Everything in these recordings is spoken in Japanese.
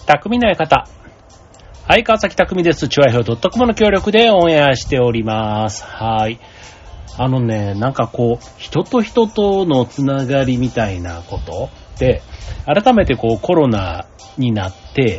匠の館。はい、川崎匠です。チュアヒョウ.comの協力でオンエアしております。はい。なんかこう、人と人とのつながりみたいなことで、改めてこうコロナになって、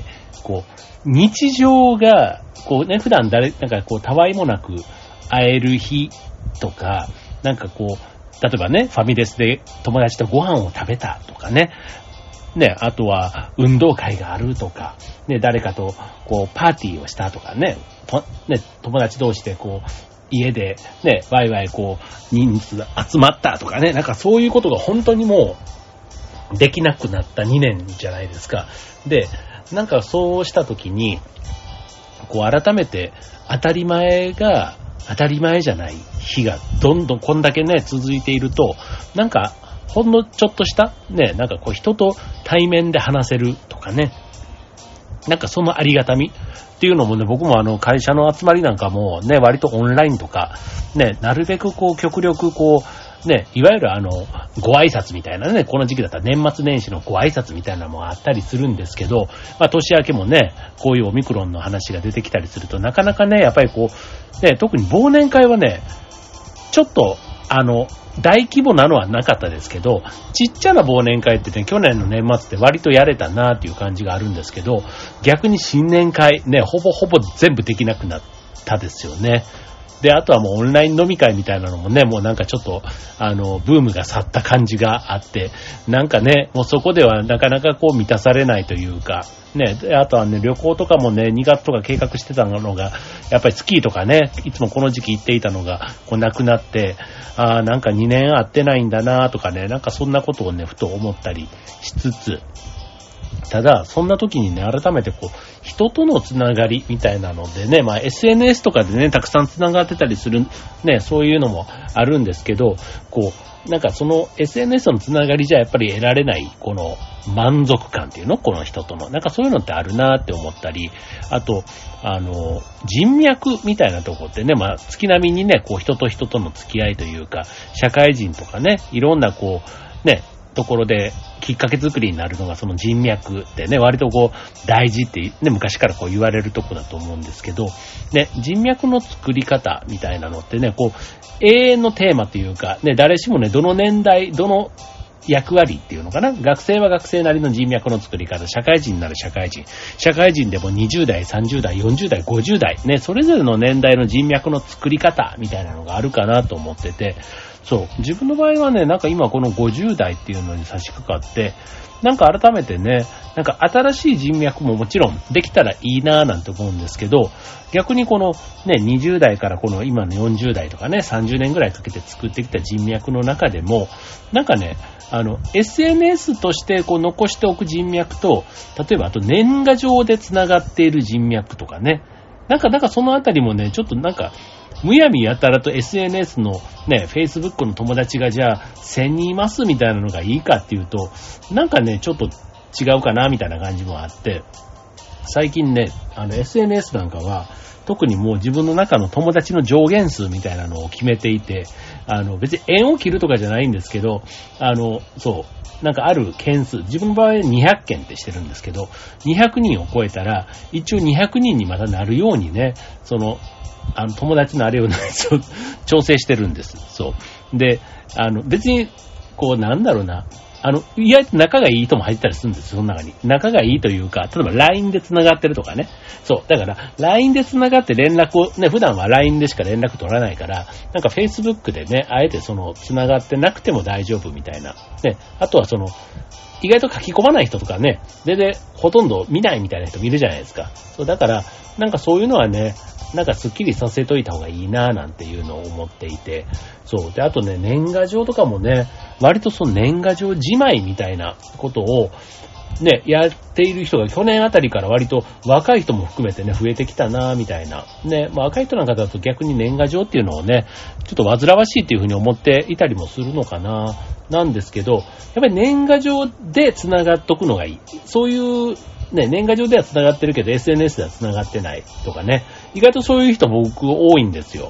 こう、日常が、こうね、普段なんかこう、たわいもなく会える日とか、なんかこう、例えばね、ファミレスで友達とご飯を食べたとかね、あとは運動会があるとか、ね、誰かとこうパーティーをしたとかね、友達同士でこう家でね、ワイワイこう人数集まったとかね、なんかそういうことが本当にもうできなくなった2年じゃないですか。で、なんかそうした時にこう改めて当たり前が当たり前じゃない日がどんどんこんだけね続いていると、なんかほんのちょっとしたね、なんかこう人と対面で話せるとかね、なんかそのありがたみっていうのもね、僕も会社の集まりなんかもね、割とオンラインとかね、なるべくこう極力こうね、いわゆるご挨拶みたいなね、この時期だったら年末年始のご挨拶みたいなのもあったりするんですけど、まあ年明けもね、こういうオミクロンの話が出てきたりすると、なかなかね、やっぱりこうね、特に忘年会はね、ちょっと大規模なのはなかったですけど、ちっちゃな忘年会ってね、去年の年末って割とやれたなっていう感じがあるんですけど、逆に新年会ね、ほぼ全部できなくなったですよね。で、あとはもうオンライン飲み会みたいなのもね、もうなんかちょっと、ブームが去った感じがあって、なんかね、もうそこではなかなかこう満たされないというか、ね、あとはね、旅行とかもね、2月とか計画してたのが、やっぱりスキーとかね、いつもこの時期行っていたのが、こうなくなって、なんか2年会ってないんだなとかね、なんかそんなことをね、ふと思ったりしつつ、ただ、そんな時にね、改めてこう、人とのつながりみたいなのでね、まあ SNS とかでね、たくさんつながってたりする、ね、そういうのもあるんですけど、こう、なんかその SNS のつながりじゃやっぱり得られない、この満足感っていうの、この人との。なんかそういうのってあるなって思ったり、あと、人脈みたいなとこってね、まあ月並みにね、こう人と人との付き合いというか、社会人とかね、いろんなこう、ね、ところできっかけ作りになるのがその人脈ってね、割とこう大事ってね、昔からこう言われるとこだと思うんですけど、ね、人脈の作り方みたいなのってね、こう永遠のテーマというか、ね、誰しもね、どの年代、どの役割っていうのかな、学生は学生なりの人脈の作り方、社会人なら社会人でも20代、30代、40代、50代、ね、それぞれの年代の人脈の作り方みたいなのがあるかなと思ってて、そう、自分の場合はね、なんか今この50代っていうのに差し掛かって、なんか改めてね、なんか新しい人脈ももちろんできたらいいなぁなんて思うんですけど、逆にこのね、20代からこの今の40代とかね、30年ぐらいかけて作ってきた人脈の中でも、なんかね、SNS としてこう残しておく人脈と、例えばあと年賀状でつながっている人脈とかね、なんかそのあたりもね、ちょっとなんか、むやみやたらと SNS のね、Facebook の友達がじゃあ1000人いますみたいなのがいいかっていうと、なんかね、ちょっと違うかなみたいな感じもあって、最近ね、SNS なんかは、特にもう自分の中の友達の上限数みたいなのを決めていて、別に縁を切るとかじゃないんですけど、そう、なんかある件数、自分の場合は200件ってしてるんですけど、200人を超えたら、一応200人にまたなるようにね、友達のあれを調整してるんです。そう。で、別に、こうなんだろうな、意外と仲がいい人も入ったりするんです、その中に。仲がいいというか、例えば LINE で繋がってるとかね。そう。だから、LINE で繋がって連絡を、ね、普段は LINE でしか連絡取らないから、なんか Facebook でね、あえて繋がってなくても大丈夫みたいな。ね。あとは意外と書き込まない人とかね、全然ほとんど見ないみたいな人もいるじゃないですか。そう、だから、なんかそういうのはね、なんかスッキリさせといた方がいいなぁなんていうのを思っていて、そう。で、あとね、年賀状とかもね、割とその年賀状じまいみたいなことを、ね、やっている人が去年あたりから割と若い人も含めてね、増えてきたなぁみたいな。ね、まあ若い人なんかだと逆に年賀状っていうのをね、ちょっと煩わしいっていうふうに思っていたりもするのかななんですけど、やっぱり年賀状で繋がっとくのがいい。そういう、ね、年賀状では繋がってるけど SNS では繋がってないとかね。意外とそういう人僕多いんですよ。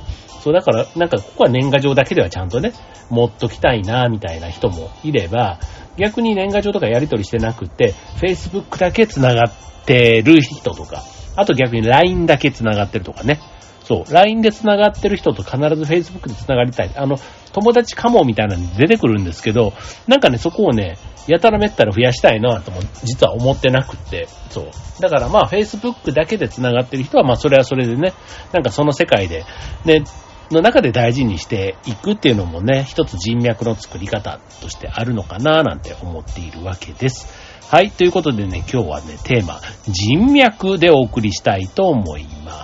そうだから、なんかここは年賀状だけではちゃんとね、持っときたいな、みたいな人もいれば、逆に年賀状とかやり取りしてなくて、Facebook だけ繋がってる人とか、あと逆に LINE だけ繋がってるとかね。そう、LINE で繋がってる人と必ず Facebook で繋がりたい。友達かもみたいなのに出てくるんですけど、なんかね、そこをね、やたらめったら増やしたいなとも実は思ってなくって、そう。だからまあ Facebook だけで繋がってる人はまあそれはそれでね、なんかその世界で、ね、の中で大事にしていくっていうのもね、一つ人脈の作り方としてあるのかななんて思っているわけです。はい、ということでね、今日はね、テーマ、人脈でお送りしたいと思います。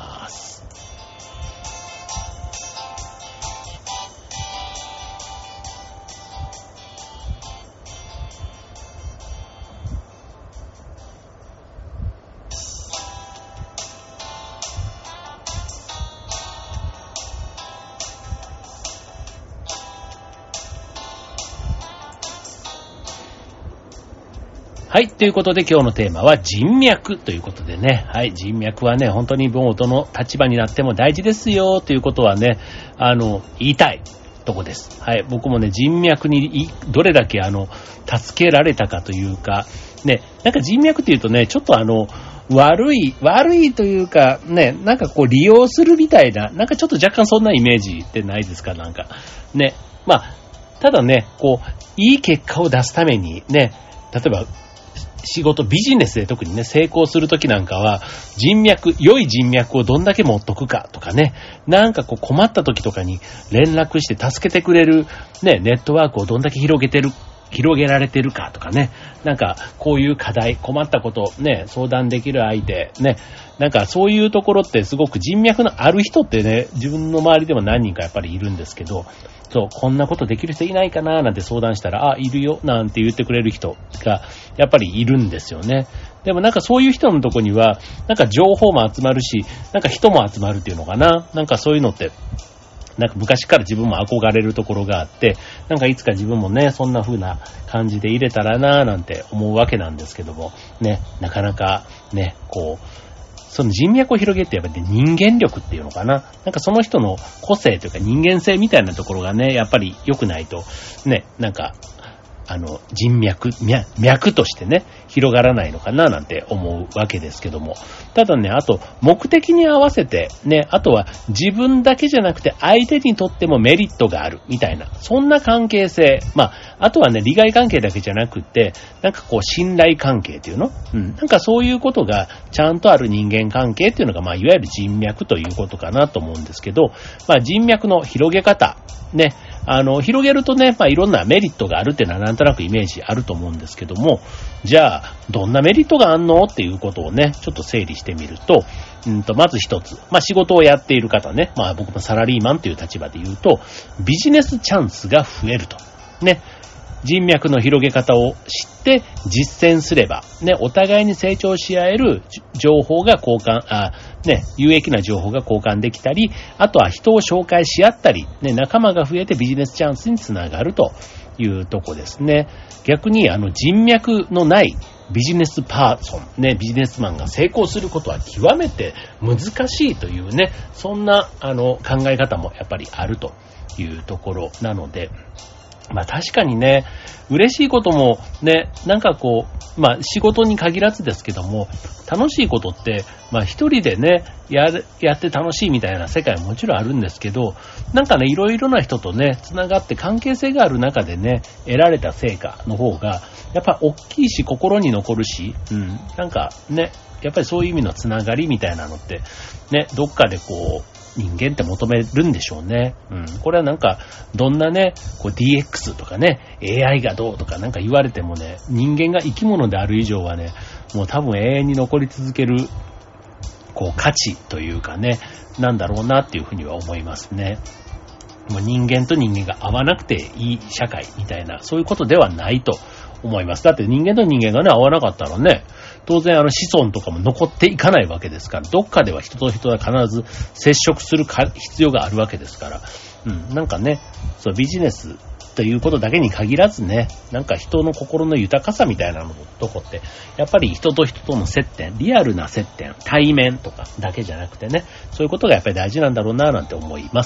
はい。ということで今日のテーマは人脈ということでね。はい。人脈はね、本当にもうどの立場になっても大事ですよということはね、言いたいとこです。はい。僕もね、人脈にどれだけ助けられたかというか、ね、なんか人脈っていうとね、ちょっと悪いというか、ね、なんかこう利用するみたいな、なんかちょっと若干そんなイメージってないですか、なんか。ね。まあ、ただね、こう、いい結果を出すためにね、例えば、仕事、ビジネスで特にね、成功するときなんかは、良い人脈をどんだけ持っとくかとかね、なんかこう困ったときとかに連絡して助けてくれる、ね、ネットワークをどんだけ広げられてるかとかね、なんかこういう課題、困ったこと、ね、相談できる相手、ね、なんかそういうところってすごく人脈のある人ってね、自分の周りでも何人かやっぱりいるんですけど、そう、こんなことできる人いないかななんて相談したら、あ、いるよなんて言ってくれる人がやっぱりいるんですよね。でもなんかそういう人のとこには、なんか情報も集まるし、なんか人も集まるっていうのかな。なんかそういうのって、なんか昔から自分も憧れるところがあって、なんかいつか自分もね、そんな風な感じで入れたらなぁなんて思うわけなんですけども、ね、なかなかね、こう、その人脈を広げてやっぱり人間力っていうのかな。なんかその人の個性というか人間性みたいなところがね、やっぱり良くないと、ね、なんか、人脈、脈としてね、広がらないのかななんて思うわけですけども。ただね、あと、目的に合わせて、ね、あとは自分だけじゃなくて相手にとってもメリットがある、みたいな、そんな関係性。まあ、あとはね、利害関係だけじゃなくて、なんかこう、信頼関係っていうの？なんかそういうことがちゃんとある人間関係っていうのが、まあ、いわゆる人脈ということかなと思うんですけど、まあ、人脈の広げ方、ね、広げるとね、まあ、いろんなメリットがあるっていうのはなんとなくイメージあると思うんですけども、じゃあ、どんなメリットがあんのっていうことをね、ちょっと整理してみると、まず一つ、まあ、仕事をやっている方ね、まあ、僕もサラリーマンという立場で言うと、ビジネスチャンスが増えると。ね。人脈の広げ方を知って実践すれば、ね、お互いに成長し合える情報が有益な情報が交換できたり、あとは人を紹介し合ったり、ね、仲間が増えてビジネスチャンスにつながるというとこですね。逆に人脈のないビジネスパーソン、ね、ビジネスマンが成功することは極めて難しいというね、そんな考え方もやっぱりあるというところなので、まあ確かにね、嬉しいこともね、なんかこう、まあ仕事に限らずですけども、楽しいことって、まあ一人でね、やって楽しいみたいな世界ももちろんあるんですけど、なんかね、いろいろな人とね、つながって関係性がある中でね、得られた成果の方が、やっぱ大きいし心に残るし、なんかね、やっぱりそういう意味のつながりみたいなのって、ね、どっかでこう、人間って求めるんでしょうね。これはなんか、どんなね、こう DX とかね、AI がどうとかなんか言われてもね、人間が生き物である以上はね、もう多分永遠に残り続ける、こう価値というかね、なんだろうなっていうふうには思いますね。もう人間と人間が合わなくていい社会みたいな、そういうことではないと思います。だって人間と人間がね、合わなかったらね、当然子孫とかも残っていかないわけですから、どっかでは人と人が必ず接触する必要があるわけですから、なんかね、そうビジネスということだけに限らずね、なんか人の心の豊かさみたいなのとこって、やっぱり人と人との接点、リアルな接点、対面とかだけじゃなくてね、そういうことがやっぱり大事なんだろうななんて思います。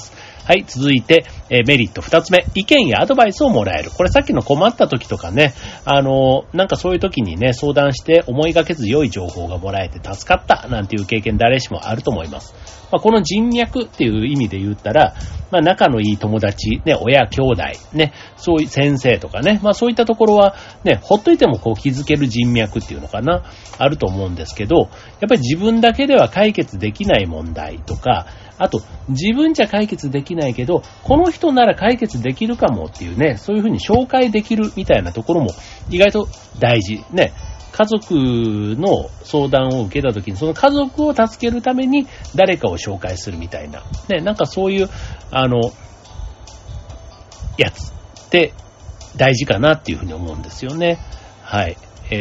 はい、続いて、メリット2つ目、意見やアドバイスをもらえる。これさっきの困った時とかね、なんかそういう時にね、相談して思いがけず良い情報がもらえて助かったなんていう経験誰しもあると思います。この人脈っていう意味で言ったら、仲のいい友達、ね、親、兄弟、ね、そういう先生とかね、そういったところはね、ほっといてもこう気づける人脈っていうのかな、あると思うんですけど、やっぱり自分だけでは解決できない問題とか、あと、自分じゃ解決できないけど、この人なら解決できるかもっていうね、そういうふうに紹介できるみたいなところも意外と大事。ね。家族の相談を受けたときに、その家族を助けるために誰かを紹介するみたいな。ね。なんかそういう、やつって大事かなっていうふうに思うんですよね。はい。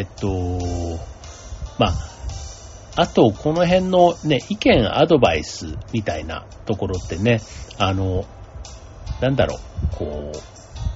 あと、この辺のね、意見、アドバイスみたいなところってね、なんだろう、こう、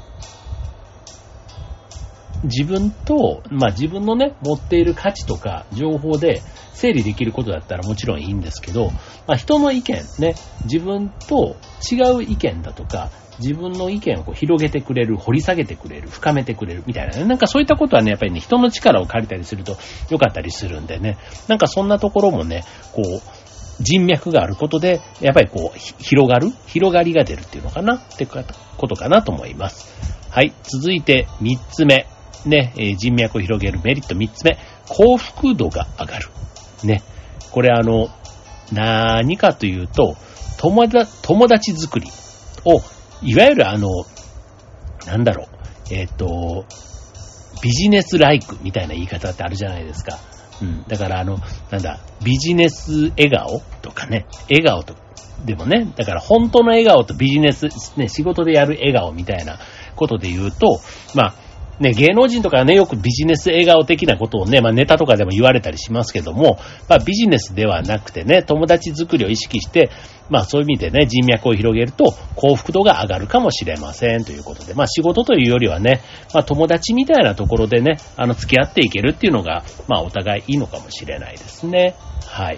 自分と、自分のね、持っている価値とか情報で整理できることだったらもちろんいいんですけど、人の意見ね、自分と違う意見だとか、自分の意見をこう広げてくれる、掘り下げてくれる、深めてくれるみたいなね。なんかそういったことはね、やっぱりね、人の力を借りたりすると良かったりするんでね。なんかそんなところもね、こう、人脈があることで、やっぱりこう、広がりが出るっていうのかなってことかなと思います。はい。続いて3つ目。ね、人脈を広げるメリット3つ目。幸福度が上がる。ね。これ何かというと、友達作りをいわゆるなんだろう、ビジネスライクみたいな言い方ってあるじゃないですか。うん。だからビジネス笑顔とかね、笑顔と、でもね、だから本当の笑顔とビジネス、ね、仕事でやる笑顔みたいなことで言うと、ね、芸能人とかはね、よくビジネス笑顔的なことをね、ネタとかでも言われたりしますけども、ビジネスではなくてね、友達作りを意識して、そういう意味でね、人脈を広げると幸福度が上がるかもしれませんということで、仕事というよりはね、友達みたいなところでね、付き合っていけるっていうのが、お互いいいのかもしれないですね。はい。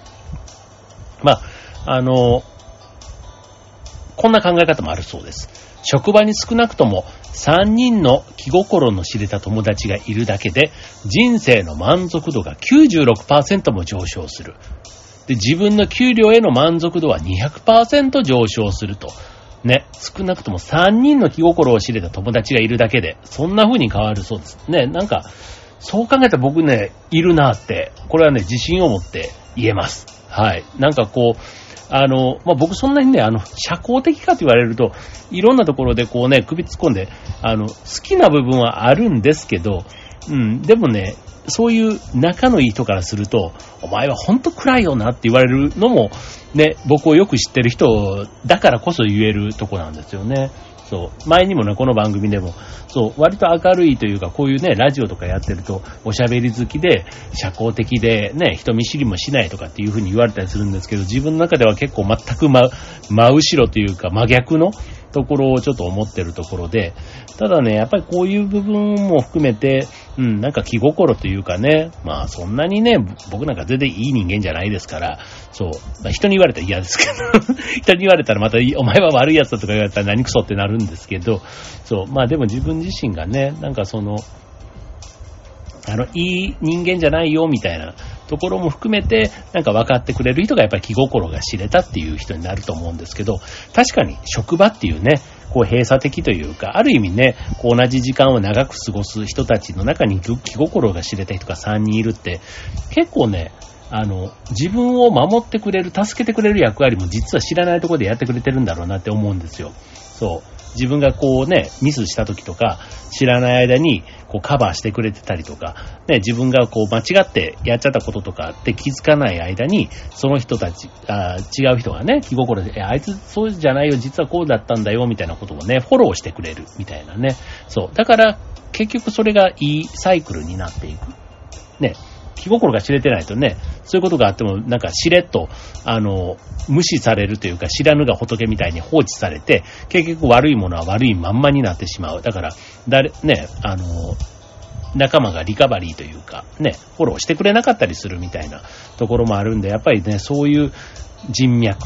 こんな考え方もあるそうです。職場に少なくとも3人の気心の知れた友達がいるだけで人生の満足度が 96% も上昇する。で、自分の給料への満足度は 200% 上昇すると。ね、少なくとも3人の気心を知れた友達がいるだけで、そんな風に変わるそうです。ね、なんか、そう考えたら僕ね、いるなって、これはね、自信を持って言えます。はい。なんかこう、僕そんなにね、社交的かと言われると、いろんなところでこうね、首突っ込んで、好きな部分はあるんですけど、でもね、そういう仲のいい人からすると、お前はほんと暗いよなって言われるのも、ね、僕をよく知ってる人だからこそ言えるとこなんですよね。そう。前にもね、この番組でも、そう、割と明るいというか、こういうね、ラジオとかやってると、おしゃべり好きで、社交的で、ね、人見知りもしないとかっていう風に言われたりするんですけど、自分の中では結構全く真後ろというか、真逆のところをちょっと思ってるところで、ただね、やっぱりこういう部分も含めて、なんか気心というかね、そんなにね、僕なんか全然いい人間じゃないですから、そう、人に言われたら嫌ですけど、人に言われたらまた、お前は悪いやつだとか言われたら何クソってなるんですけど、そう、でも自分自身がね、なんかいい人間じゃないよみたいなところも含めて、なんか分かってくれる人がやっぱり気心が知れたっていう人になると思うんですけど、確かに職場っていうね、こう閉鎖的というか、ある意味ね、こう同じ時間を長く過ごす人たちの中に気心が知れた人が3人いるって、結構ね、自分を守ってくれる、助けてくれる役割も実は知らないところでやってくれてるんだろうなって思うんですよ。そう。自分がこうね、ミスした時とか、知らない間にこうカバーしてくれてたりとか、ね、自分がこう間違ってやっちゃったこととかって気づかない間に、その人たち、違う人がね、気心で、あいつそうじゃないよ、実はこうだったんだよ、みたいなことをね、フォローしてくれる、みたいなね。そう。だから、結局それがいいサイクルになっていく。ね。気心が知れてないとね、そういうことがあっても、なんかしれっと、無視されるというか、知らぬが仏みたいに放置されて、結局悪いものは悪いまんまになってしまう。だから、ね、仲間がリカバリーというか、ね、フォローしてくれなかったりするみたいなところもあるんで、やっぱりね、そういう人脈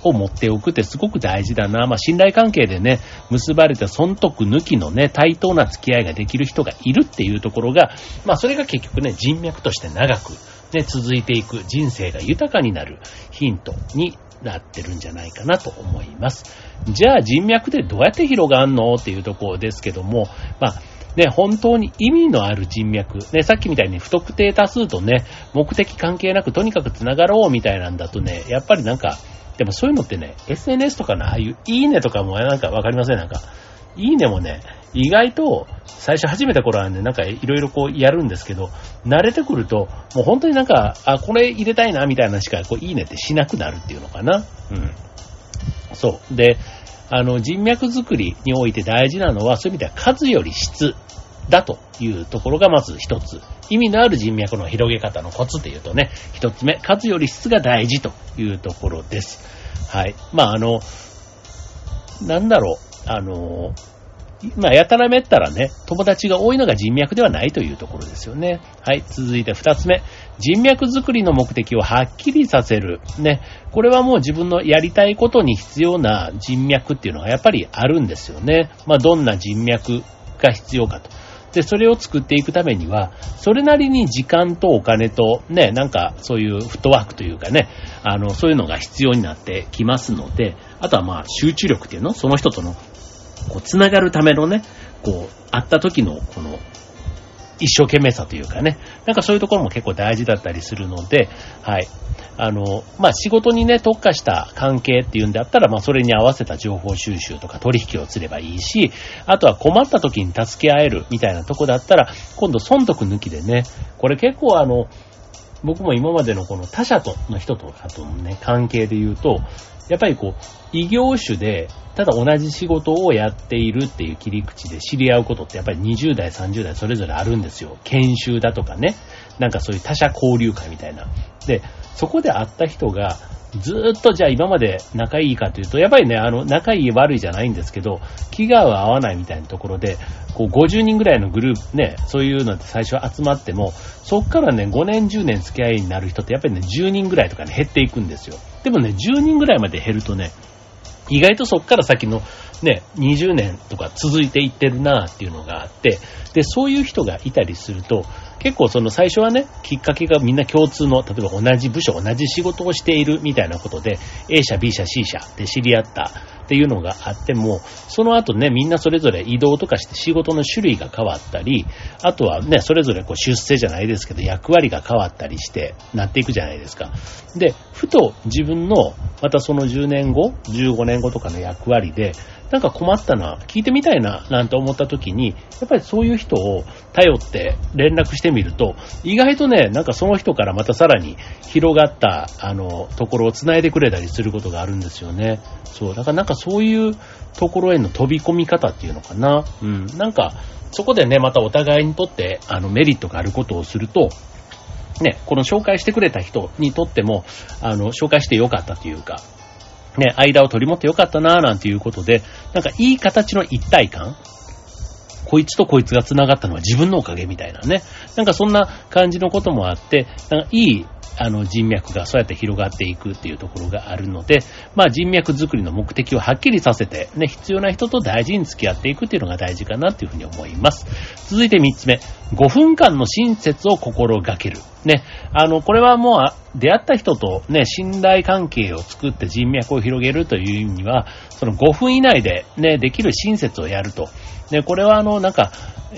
を持っておくってすごく大事だな。まあ信頼関係でね、結ばれた損得抜きのね、対等な付き合いができる人がいるっていうところが、まあそれが結局ね、人脈として長くね、続いていく人生が豊かになるヒントになってるんじゃないかなと思います。じゃあ人脈でどうやって広がんのっていうところですけども、まあね、本当に意味のある人脈。ね、さっきみたいに不特定多数とね、目的関係なくとにかく繋がろうみたいなんだとね、やっぱりなんか、でもそういうのってね、SNS とかのああいういいねとかもなんかわかりません？なんか、いいねもね、意外と最初始めた頃はね、なんかいろいろこうやるんですけど、慣れてくると、もう本当になんか、あ、これ入れたいなみたいなしかこういいねってしなくなるっていうのかな。うん。そう。で、人脈作りにおいて大事なのは、そういう意味では数より質だというところがまず一つ。意味のある人脈の広げ方のコツっていうとね、一つ目、数より質が大事というところです。はい。まあ、なんだろう、まあ、やたらめったらね、友達が多いのが人脈ではないというところですよね。はい。続いて二つ目。人脈作りの目的をはっきりさせる。ね。これはもう自分のやりたいことに必要な人脈っていうのがやっぱりあるんですよね。まあ、どんな人脈が必要かと。で、それを作っていくためには、それなりに時間とお金と、ね、なんかそういうフットワークというかね、そういうのが必要になってきますので、あとはまあ集中力っていうの、その人とのこうつながるためのね、こう会った時のこの一生懸命さというかね、なんかそういうところも結構大事だったりするので、はい。まあ、仕事にね、特化した関係っていうんであったら、まあ、それに合わせた情報収集とか取引をすればいいし、あとは困った時に助け合えるみたいなとこだったら、今度損得抜きでね、これ結構僕も今までのこの他者の人とかとのね、関係で言うと、やっぱりこう、異業種で、ただ同じ仕事をやっているっていう切り口で知り合うことってやっぱり20代、30代それぞれあるんですよ。研修だとかね。なんかそういう他者交流会みたいな。で、そこで会った人がずーっとじゃあ今まで仲いいかというと、やっぱりね、仲いい悪いじゃないんですけど、気が合わないみたいなところで、こう50人ぐらいのグループね、そういうのって最初集まっても、そっからね、5年10年付き合いになる人ってやっぱりね、10人ぐらいとかね、減っていくんですよ。でもね、10人ぐらいまで減るとね、意外とそっから先のね、20年とか続いていってるなっていうのがあって、で、そういう人がいたりすると、結構その最初はね、きっかけがみんな共通の、例えば同じ部署、同じ仕事をしているみたいなことで、A 社、B 社、C 社で知り合ったっていうのがあっても、その後ね、みんなそれぞれ移動とかして仕事の種類が変わったり、あとはね、それぞれこう出世じゃないですけど、役割が変わったりして、なっていくじゃないですか。で、ふと自分の、またその10年後、15年後とかの役割で、なんか困ったな、聞いてみたいな、なんて思った時に、やっぱりそういう人を頼って連絡してみると、意外とね、なんかその人からまたさらに広がった、ところを繋いでくれたりすることがあるんですよね。そう、だからなんかそういうところへの飛び込み方っていうのかな。うん、なんか、そこでね、またお互いにとって、メリットがあることをすると、ね、この紹介してくれた人にとっても、紹介してよかったというか、ね、間を取り持ってよかったなぁなんていうことで、なんかいい形の一体感、こいつとこいつが繋がったのは自分のおかげみたいなね。なんかそんな感じのこともあって、なんかいい人脈がそうやって広がっていくっていうところがあるので、まあ人脈作りの目的をはっきりさせて、ね、必要な人と大事に付き合っていくっていうのが大事かなっていうふうに思います。続いて3つ目、5分間の親切を心がける。ね、これはもう出会った人とね、信頼関係を作って人脈を広げるという意味には、その5分以内でね、できる親切をやると。ね、これはなんか、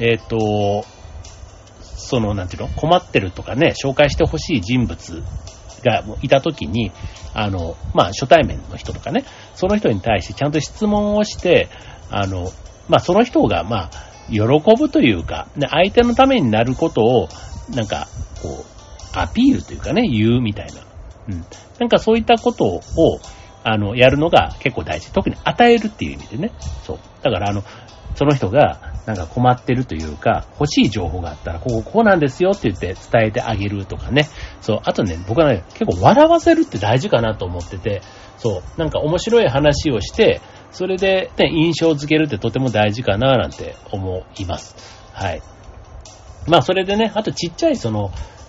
その、なんていうの、困ってるとかね、紹介してほしい人物がいたときに、まあ、初対面の人とかね、その人に対してちゃんと質問をして、まあ、その人が、まあ、喜ぶというか、ね、相手のためになることを、なんか、こう、アピールというかね、言うみたいな。うん。なんかそういったことを、やるのが結構大事。特に与えるっていう意味でね。そう。だからその人がなんか困ってるというか、欲しい情報があったら、こうなんですよって言って伝えてあげるとかね。そう。あとね、僕はね、結構笑わせるって大事かなと思ってて、そう。なんか面白い話をして、それでね、印象づけるってとても大事かななんて思います。はい。まあそれでね、あとちっちゃいね、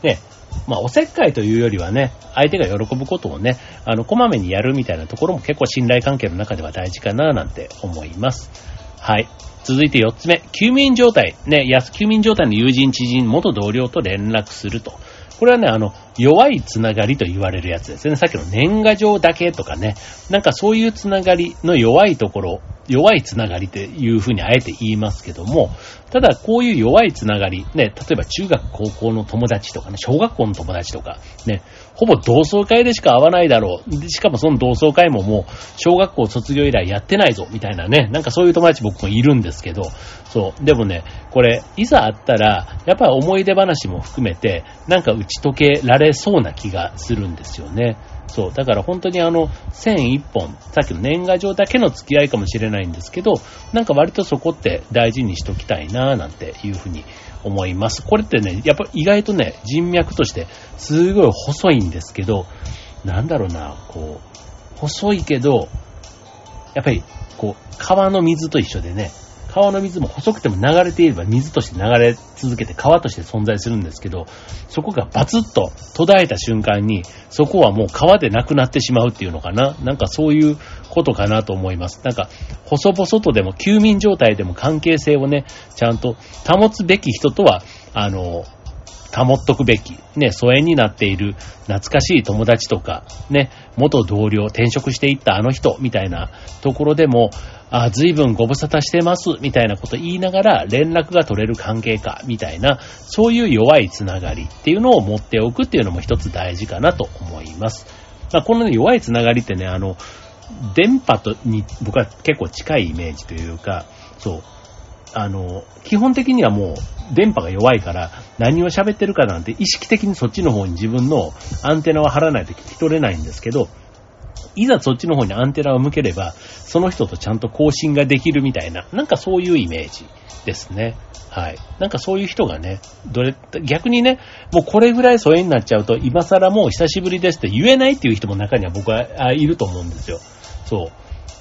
おせっかいというよりはね、相手が喜ぶことをね、こまめにやるみたいなところも結構信頼関係の中では大事かななんて思います。はい。続いて4つ目、休眠状態。ね、休眠状態の友人、知人、元同僚と連絡すると。これはね、弱いつながりと言われるやつですね。さっきの年賀状だけとかね、なんかそういうつながりの弱いところ、弱いつながりっていうふうにあえて言いますけども、ただこういう弱いつながり、ね、例えば中学高校の友達とかね、小学校の友達とか、ね、ほぼ同窓会でしか会わないだろう。しかもその同窓会ももう小学校卒業以来やってないぞ、みたいなね、なんかそういう友達僕もいるんですけど、そう。でもね、これ、いざあったら、やっぱり思い出話も含めて、なんか打ち解けられそうな気がするんですよね。そう。だから本当に線一本、さっきの年賀状だけの付き合いかもしれないんですけど、なんか割とそこって大事にしときたいなぁなんていうふうに思います。これってね、やっぱ意外とね、人脈としてすごい細いんですけど、なんだろうな、こう、細いけど、やっぱり、こう、川の水と一緒でね、川の水も細くても流れていれば水として流れ続けて川として存在するんですけど、そこがバツッと途絶えた瞬間に、そこはもう川でなくなってしまうっていうのかな。なんかそういうことかなと思います。なんか、細々とでも休眠状態でも関係性をね、ちゃんと保つべき人とは、保っとくべき、ね、疎遠になっている懐かしい友達とか、ね、元同僚、転職していったあの人、みたいなところでも、随分ご無沙汰してます、みたいなこと言いながら連絡が取れる関係か、みたいな、そういう弱いつながりっていうのを持っておくっていうのも一つ大事かなと思います。この、ね、弱いつながりってね、電波に僕は結構近いイメージというか、そう、基本的にはもう電波が弱いから何を喋ってるかなんて意識的にそっちの方に自分のアンテナを張らないと聞き取れないんですけど、いざそっちの方にアンテナを向ければその人とちゃんと交信ができるみたいな、なんかそういうイメージですね。はい。なんかそういう人がね、逆にね、もうこれぐらい疎遠になっちゃうと今更もう久しぶりですって言えないっていう人も中には僕はいると思うんですよ。そう。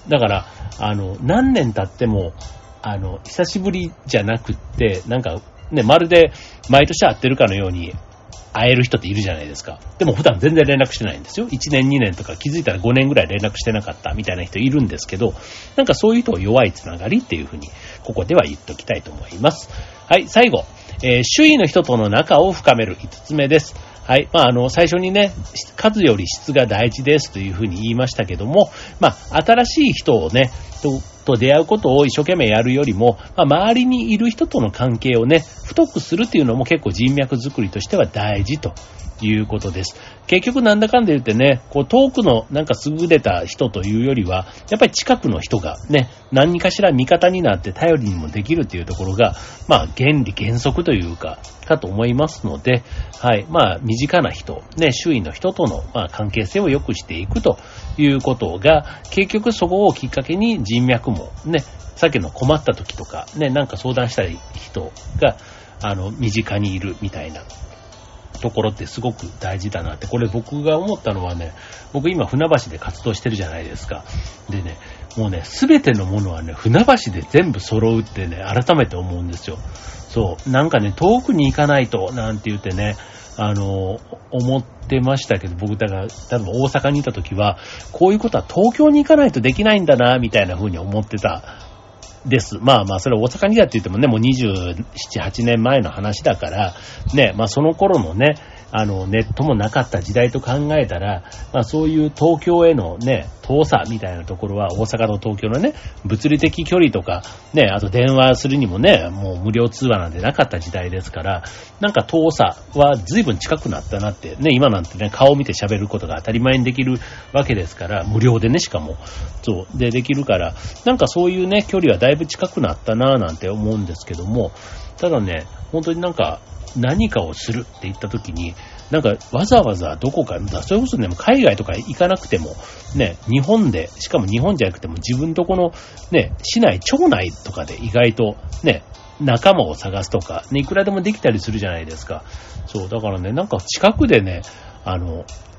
だから何年経っても久しぶりじゃなくって、なんかね、まるで毎年会ってるかのように会える人っているじゃないですか。でも普段全然連絡してないんですよ。1年2年とか気づいたら5年ぐらい連絡してなかったみたいな人いるんですけど、なんかそういう人を弱いつながりっていうふうに、ここでは言っときたいと思います。はい、最後。周囲の人との仲を深める5つ目です。はい。最初にね、数より質が大事ですというふうに言いましたけども、新しい人をね、と出会うことを一生懸命やるよりも、周りにいる人との関係をね、太くするっていうのも結構人脈作りとしては大事ということです。結局なんだかんだ言ってね、こう遠くのなんか優れた人というよりは、やっぱり近くの人がね、何かしら味方になって頼りにもできるっていうところが、原理原則というかと思いますので、はい、身近な人、ね、周囲の人との関係性を良くしていくということが、結局そこをきっかけに人脈もね、さっきの困った時とかね、なんか相談したい人が身近にいるみたいなところってすごく大事だなって。これ僕が思ったのはね、僕今船橋で活動してるじゃないですか。でね、もうね、すべてのものはね、船橋で全部揃うってね、改めて思うんですよ。そう。なんかね、遠くに行かないと、なんて言ってね、思ってましたけど、僕だから、例えば大阪にいた時は、こういうことは東京に行かないとできないんだな、みたいな風に思ってた。です。それは大阪にだって言ってもね、もう27、8年前の話だから、ね、その頃のね、ネットもなかった時代と考えたら、そういう東京へのね、遠さみたいなところは、大阪と東京のね、物理的距離とか、ね、あと電話するにもね、もう無料通話なんてなかった時代ですから、なんか遠さは随分近くなったなって、ね、今なんてね、顔を見て喋ることが当たり前にできるわけですから、無料でね、しかも、そうできるから、なんかそういうね、距離はだいぶ近くなったなぁなんて思うんですけども、ただね、本当になんか、何かをするって言った時に、なんかわざわざどこか、それこそね、海外とか行かなくても、ね、日本で、しかも日本じゃなくても自分とこのね、市内、町内とかで意外とね、仲間を探すとか、ね、いくらでもできたりするじゃないですか。そう、だからね、なんか近くでね、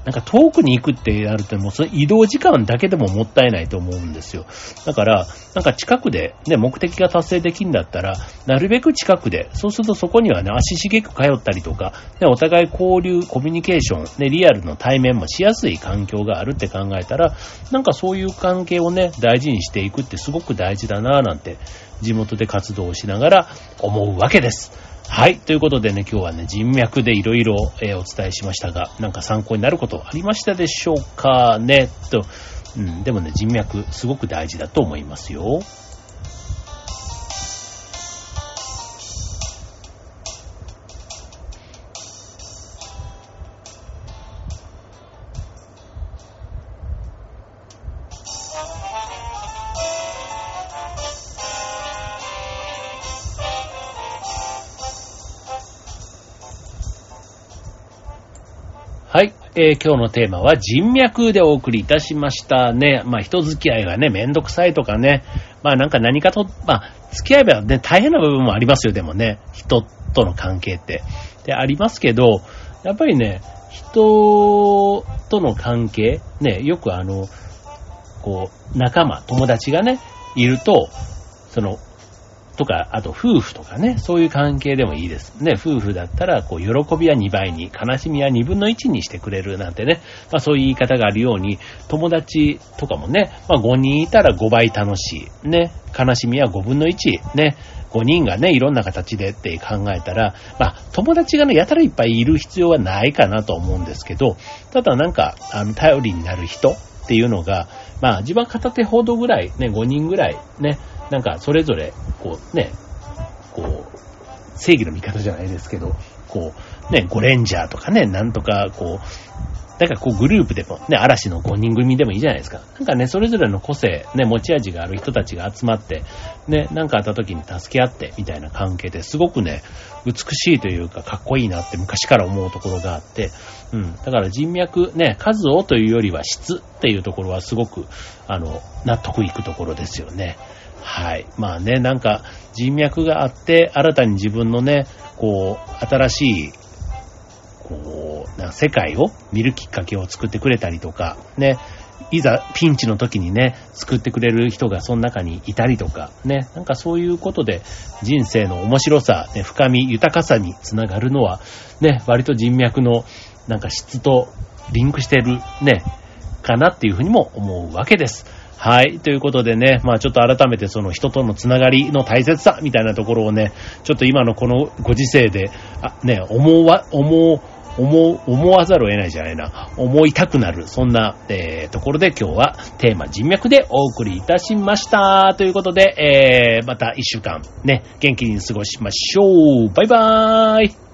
なんか遠くに行くってなるともうその移動時間だけでももったいないと思うんですよ。だから、なんか近くでね、目的が達成できるんだったら、なるべく近くで、そうするとそこにはね、足しげく通ったりとか、ね、お互い交流、コミュニケーション、ね、リアルの対面もしやすい環境があるって考えたら、なんかそういう関係をね、大事にしていくってすごく大事だなぁなんて、地元で活動をしながら思うわけです。はい。ということでね、今日はね、人脈でいろいろお伝えしましたが、なんか参考になることありましたでしょうかね、と。でもね、人脈、すごく大事だと思いますよ。はい、今日のテーマは人脈でお送りいたしましたね。まあ人付き合いがね、めんどくさいとかね、まあなんか何かと、まあ付き合いはね、大変な部分もありますよ、でもね、人との関係って。で、ありますけど、やっぱりね、人との関係、ね、よくこう、仲間、友達がね、いると、とか、あと夫婦とかね、そういう関係でもいいです。ね、夫婦だったら、こう、喜びは2倍に、悲しみは2分の1にしてくれるなんてね、まあそういう言い方があるように、友達とかもね、まあ5人いたら5倍楽しい。ね、悲しみは5分の1。ね、5人がね、いろんな形でって考えたら、まあ友達がね、やたらいっぱいいる必要はないかなと思うんですけど、ただなんか、頼りになる人っていうのが、まあ自分は片手ほどぐらい、ね、5人ぐらい、ね、なんかそれぞれこうね、こう正義の味方じゃないですけど、こうね、ゴレンジャーとかね、なんとかこうなんかこうグループでもね、嵐の5人組でもいいじゃないですか。なんかね、それぞれの個性ね、持ち味がある人たちが集まってね、なんかあった時に助け合ってみたいな関係ですごくね、美しいというかかっこいいなって昔から思うところがあって、だから人脈ね、数をというよりは質っていうところはすごく納得いくところですよね。はい。まあね、なんか人脈があって、新たに自分のね、こう、新しい、こう、世界を見るきっかけを作ってくれたりとか、ね、いざピンチの時にね、救ってくれる人がその中にいたりとか、ね、なんかそういうことで人生の面白さ、ね、深み、豊かさにつながるのは、ね、割と人脈のなんか質とリンクしてるね、かなっていうふうにも思うわけです。はい。ということでね、まあちょっと改めてその人とのつながりの大切さみたいなところをね、ちょっと今のこのご時世で、ね、思わざるを得ないじゃないな。思いたくなる。そんな、ところで今日はテーマ人脈でお送りいたしました。ということで、また一週間ね、元気に過ごしましょう。バイバーイ。